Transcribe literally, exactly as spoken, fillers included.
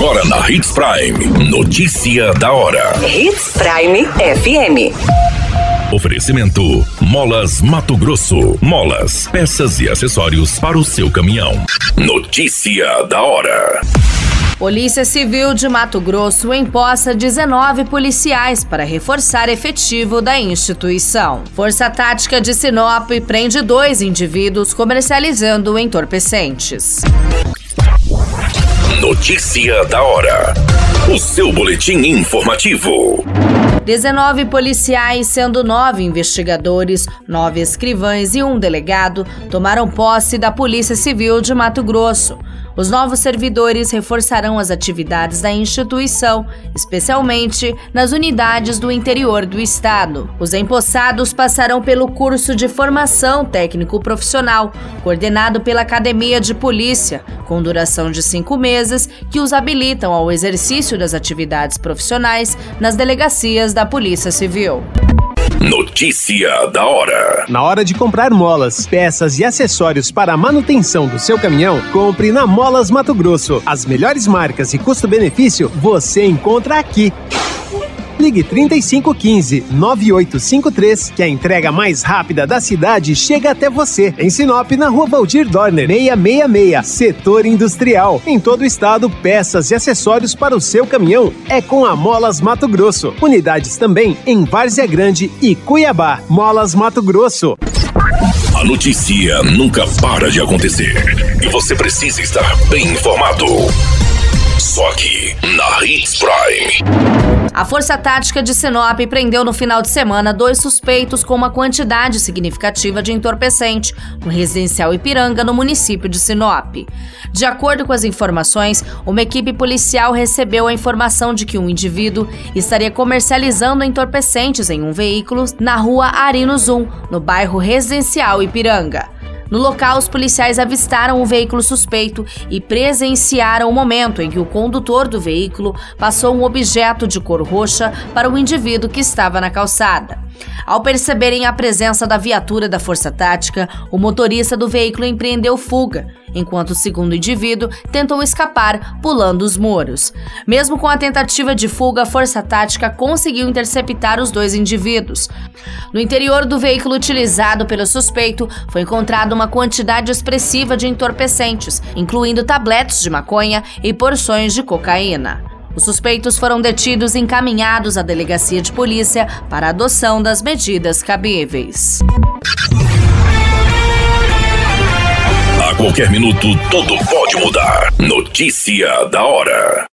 Agora na Hits Prime. Notícia da hora. Hits Prime F M. Oferecimento: Molas Mato Grosso. Molas, peças e acessórios para o seu caminhão. Notícia da hora. Polícia Civil de Mato Grosso empossa dezenove policiais para reforçar efetivo da instituição. Força Tática de Sinop prende dois indivíduos comercializando entorpecentes. Notícia da hora. O seu boletim informativo. dezenove policiais, sendo nove investigadores, nove escrivães e um delegado, tomaram posse da Polícia Civil de Mato Grosso. Os novos servidores reforçarão as atividades da instituição, especialmente nas unidades do interior do estado. Os empossados passarão pelo curso de formação técnico-profissional, coordenado pela Academia de Polícia, com duração de cinco meses, que os habilitam ao exercício das atividades profissionais nas delegacias da Polícia Civil. Notícia da hora. Na hora de comprar molas, peças e acessórios para a manutenção do seu caminhão, compre na Molas Mato Grosso. As melhores marcas e custo-benefício você encontra aqui. Ligue trinta e cinco quinze, nove oito cinco três, que a entrega mais rápida da cidade chega até você. Em Sinop, na Rua Valdir Dorner, seiscentos e sessenta e seis, Setor Industrial. Em todo o estado, peças e acessórios para o seu caminhão é com a Molas Mato Grosso. Unidades também em Várzea Grande e Cuiabá. Molas Mato Grosso. A notícia nunca para de acontecer e você precisa estar bem informado. Só aqui, na Hits Prime. A Força Tática de Sinop prendeu no final de semana dois suspeitos com uma quantidade significativa de entorpecente no residencial Ipiranga, no município de Sinop. De acordo com as informações, uma equipe policial recebeu a informação de que um indivíduo estaria comercializando entorpecentes em um veículo na rua Arino Zum, no bairro residencial Ipiranga. No local, os policiais avistaram o veículo suspeito e presenciaram o momento em que o condutor do veículo passou um objeto de cor roxa para o indivíduo que estava na calçada. Ao perceberem a presença da viatura da Força Tática, o motorista do veículo empreendeu fuga, enquanto o segundo indivíduo tentou escapar pulando os muros. Mesmo com a tentativa de fuga, a Força Tática conseguiu interceptar os dois indivíduos. No interior do veículo utilizado pelo suspeito, foi encontrada uma quantidade expressiva de entorpecentes, incluindo tabletes de maconha e porções de cocaína. Os suspeitos foram detidos e encaminhados à delegacia de polícia para a adoção das medidas cabíveis. A qualquer minuto, tudo pode mudar. Notícia da hora.